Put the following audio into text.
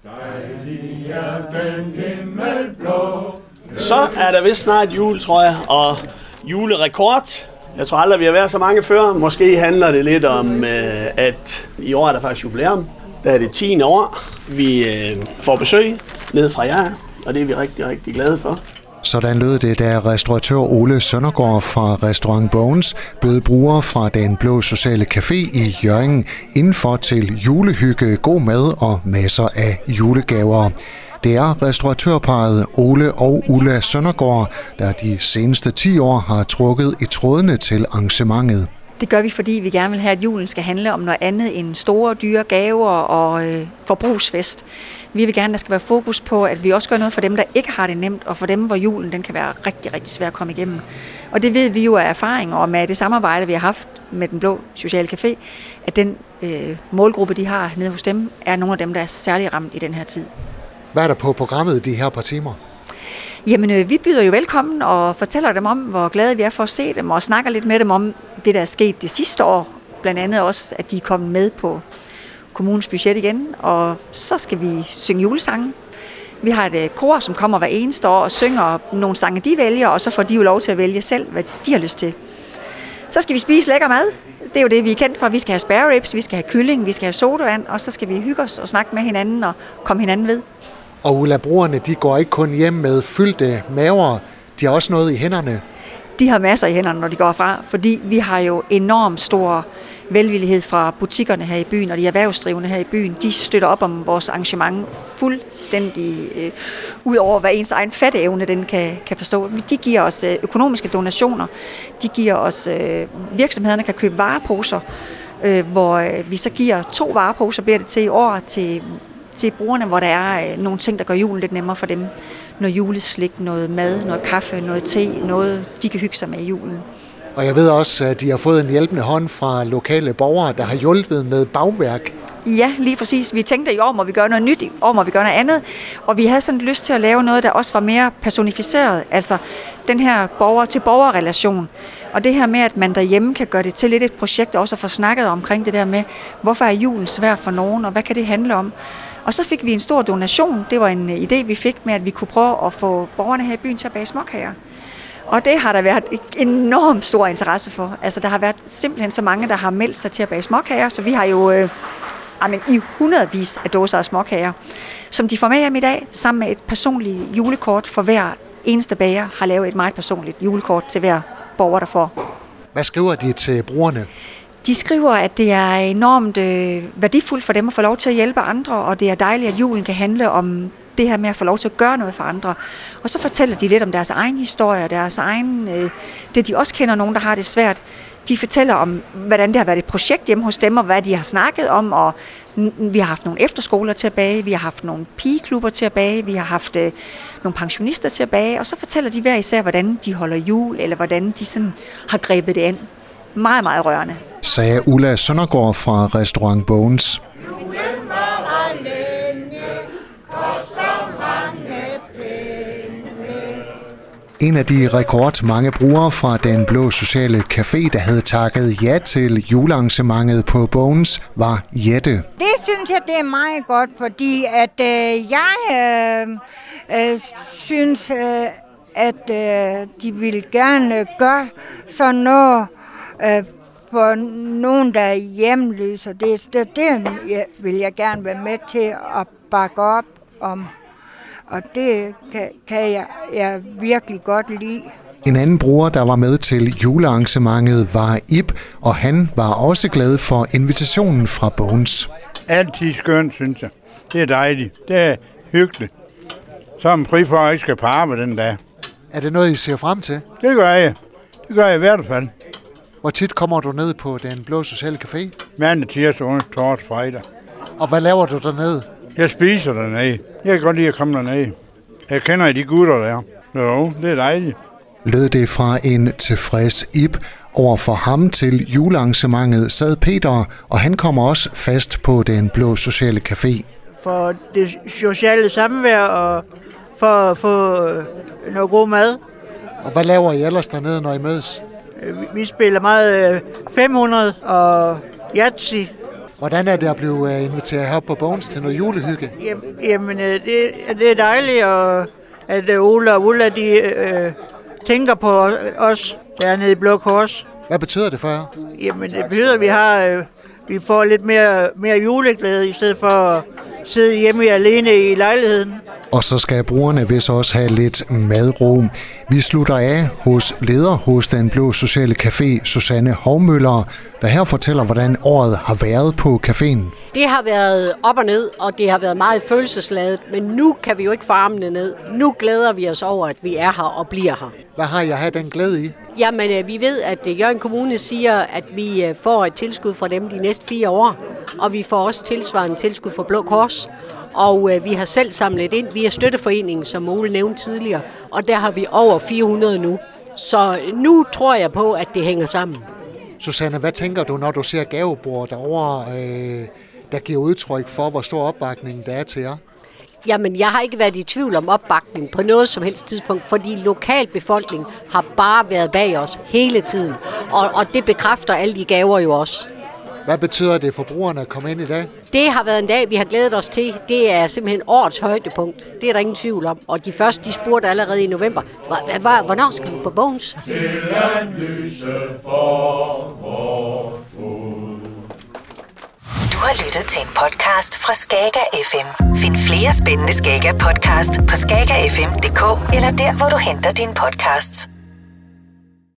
Så er der vist snart jul, tror jeg, og julerekord. Jeg tror aldrig, vi har været så mange før. Måske handler det lidt om, at i år er der faktisk jubilæum. Der er det 10. år. Vi får besøg ned fra jer, og det er vi rigtig, rigtig glade for. Sådan lød det, da restauratør Ole Søndergaard fra Restaurant Bones bød brugere fra Den Blå Sociale Café i Hjørring indenfor til julehygge, god mad og masser af julegaver. Det er restauratørparret Ole og Ulla Søndergaard, der de seneste 10 år har trukket i trådene til arrangementet. Det gør vi, fordi vi gerne vil have, at julen skal handle om noget andet end store, dyre gaver og forbrugsfest. Vi vil gerne, at der skal være fokus på, at vi også gør noget for dem, der ikke har det nemt, og for dem, hvor julen den kan være rigtig, rigtig svær at komme igennem. Og det ved vi jo af erfaring, og med det samarbejde, vi har haft med Den Blå Sociale Café, at den målgruppe, de har nede hos dem, er nogle af dem, der er særlig ramt i den her tid. Hvad er der på programmet de her par timer? Jamen, vi byder jo velkommen og fortæller dem om, hvor glade vi er for at se dem, og snakker lidt med dem om det, der er sket det sidste år. Blandt andet også, at de er kommet med på kommunens budget igen, og så skal vi synge julesange. Vi har et kor, som kommer hver eneste år og synger nogle sange, de vælger, og så får de jo lov til at vælge selv, hvad de har lyst til. Så skal vi spise lækker mad. Det er jo det, vi er kendt for. Vi skal have spare ribs, vi skal have kylling, vi skal have sodavand, og så skal vi hygge os og snakke med hinanden og komme hinanden ved. Og Ulla, brugerne, de går ikke kun hjem med fyldte maver, de har også noget i hænderne. De har masser i hænderne, når de går fra, fordi vi har jo enormt stor velvillighed fra butikkerne her i byen, og de erhvervsdrivende her i byen. De støtter op om vores arrangement fuldstændig ud over, hvad ens egen fatteevne den kan forstå. De giver os økonomiske donationer, de giver os, virksomhederne kan købe vareposer, hvor vi så giver 2 vareposer, bliver det til i år, til brugerne, hvor der er nogle ting, der gør julen lidt nemmere for dem. Noget juleslik, noget mad, noget kaffe, noget te, noget de kan hygge sig med i julen. Og jeg ved også, at de har fået en hjælpende hånd fra lokale borgere, der har hjulpet med bagværk. Ja, lige præcis. Vi tænkte, i år må vi gøre noget nyt, i år må vi gøre noget andet. Og vi havde sådan lyst til at lave noget, der også var mere personificeret. Altså den her borger-til-borger-relation. Og det her med, at man derhjemme kan gøre det til lidt et projekt, og også få snakket omkring det der med, hvorfor er julen svær for nogen, og hvad kan det handle om? Og så fik vi en stor donation. Det var en idé, vi fik med, at vi kunne prøve at få borgerne her i byen til at bage småkager. Og det har der været enormt stor interesse for. Altså, der har været simpelthen så mange, der har meldt sig til at bage småkager, så vi har jo i hundredvis af dåser af småkager, som de får med hjem i dag, sammen med et personligt julekort for hver eneste bager, har lavet et meget personligt julekort til hver borger, der får. Hvad skriver de til brugerne? De skriver, at det er enormt værdifuldt for dem at få lov til at hjælpe andre, og det er dejligt, at julen kan handle om det her med at få lov til at gøre noget for andre. Og så fortæller de lidt om deres egen historie, deres egen, det de også kender nogen, der har det svært. De fortæller om, hvordan det har været et projekt hjemme hos dem, og hvad de har snakket om, og vi har haft nogle efterskoler til at bage, vi har haft nogle pigeklubber til at bage, vi har haft nogle pensionister til at bage, og så fortæller de hver især, hvordan de holder jul, eller hvordan de sådan har grebet det an. Meget, meget rørende. Sagde Ulla Søndergaard fra Restaurant Bones. En af de rekordmange brugere fra Den Blå Sociale Café, der havde takket ja til julearrangementet på Bones, var Jette. Det synes jeg, det er meget godt, fordi at jeg synes, at de vil gerne gøre sådan noget for nogen, der er hjemløse. Det vil jeg gerne være med til at bakke op om. Og det kan jeg virkelig godt lide. En anden bruger, der var med til julearrangementet, var Ib, og han var også glad for invitationen fra Bones. Altid skønt, synes jeg. Det er dejligt. Det er hyggeligt. Så er man fri for, at jeg ikke skal på arbejde den dag. Er det noget, I ser frem til? Det gør jeg. Det gør jeg i hvert fald. Hvor tit kommer du ned på Den Blå Sociale Café? Mandag, tirsdag, onsdag, torsdag, fredag. Og hvad laver du dernede? Jeg spiser dernede. Jeg kan godt lide at komme dernede. Jeg kender de gutter der. Jo, det er dejligt. Lød det fra en tilfreds Ib. Over for ham til julearrangementet sad Peter, og han kommer også fast på Den Blå Sociale Café. For det sociale samvær og for at få noget god mad. Og hvad laver I ellers dernede, når I mødes? Vi spiller meget 500 og Yahtzee. Hvordan er det at blive inviteret her på Bones til noget julehygge? Jamen, det er dejligt, at Ole og Ulla, de tænker på os dernede i Blå Kors. Hvad betyder det for jer? Jamen, det betyder, at vi får lidt mere juleglæde, i stedet for at sidde hjemme alene i lejligheden. Og så skal brugerne vist også have lidt madro. Vi slutter af hos leder hos Den Blå Sociale Café, Susanne Hovmøller, der her fortæller, hvordan året har været på caféen. Det har været op og ned, og det har været meget følelsesladet, men nu kan vi jo ikke få armene ned. Nu glæder vi os over, at vi er her og bliver her. Hvad har jeg have den glæde i? Jamen, vi ved, at Hjørring Kommune siger, at vi får et tilskud fra dem de næste 4 år, og vi får også tilsvarende tilskud fra Blå Kors. Og vi har selv samlet ind via støtteforeningen, som Ole nævnte tidligere, og der har vi over 400 nu. Så nu tror jeg på, at det hænger sammen. Susanne, hvad tænker du, når du ser gavebord derovre, der giver udtryk for, hvor stor opbakning der er til jer? Jamen, jeg har ikke været i tvivl om opbakning på noget som helst tidspunkt, fordi lokalbefolkningen har bare været bag os hele tiden. Og det bekræfter alle de gaver jo også. Hvad betyder det for brugerne at komme ind i dag? Det har været en dag, vi har glædet os til. Det er simpelthen årets højdepunkt. Det er der ingen tvivl om. Og de første, de spurgte allerede i november, hvornår skal vi på Bones? Du har lyttet til en podcast fra Skager FM. Find flere spændende Skager podcast på skagerfm.dk eller der, hvor du henter dine podcasts.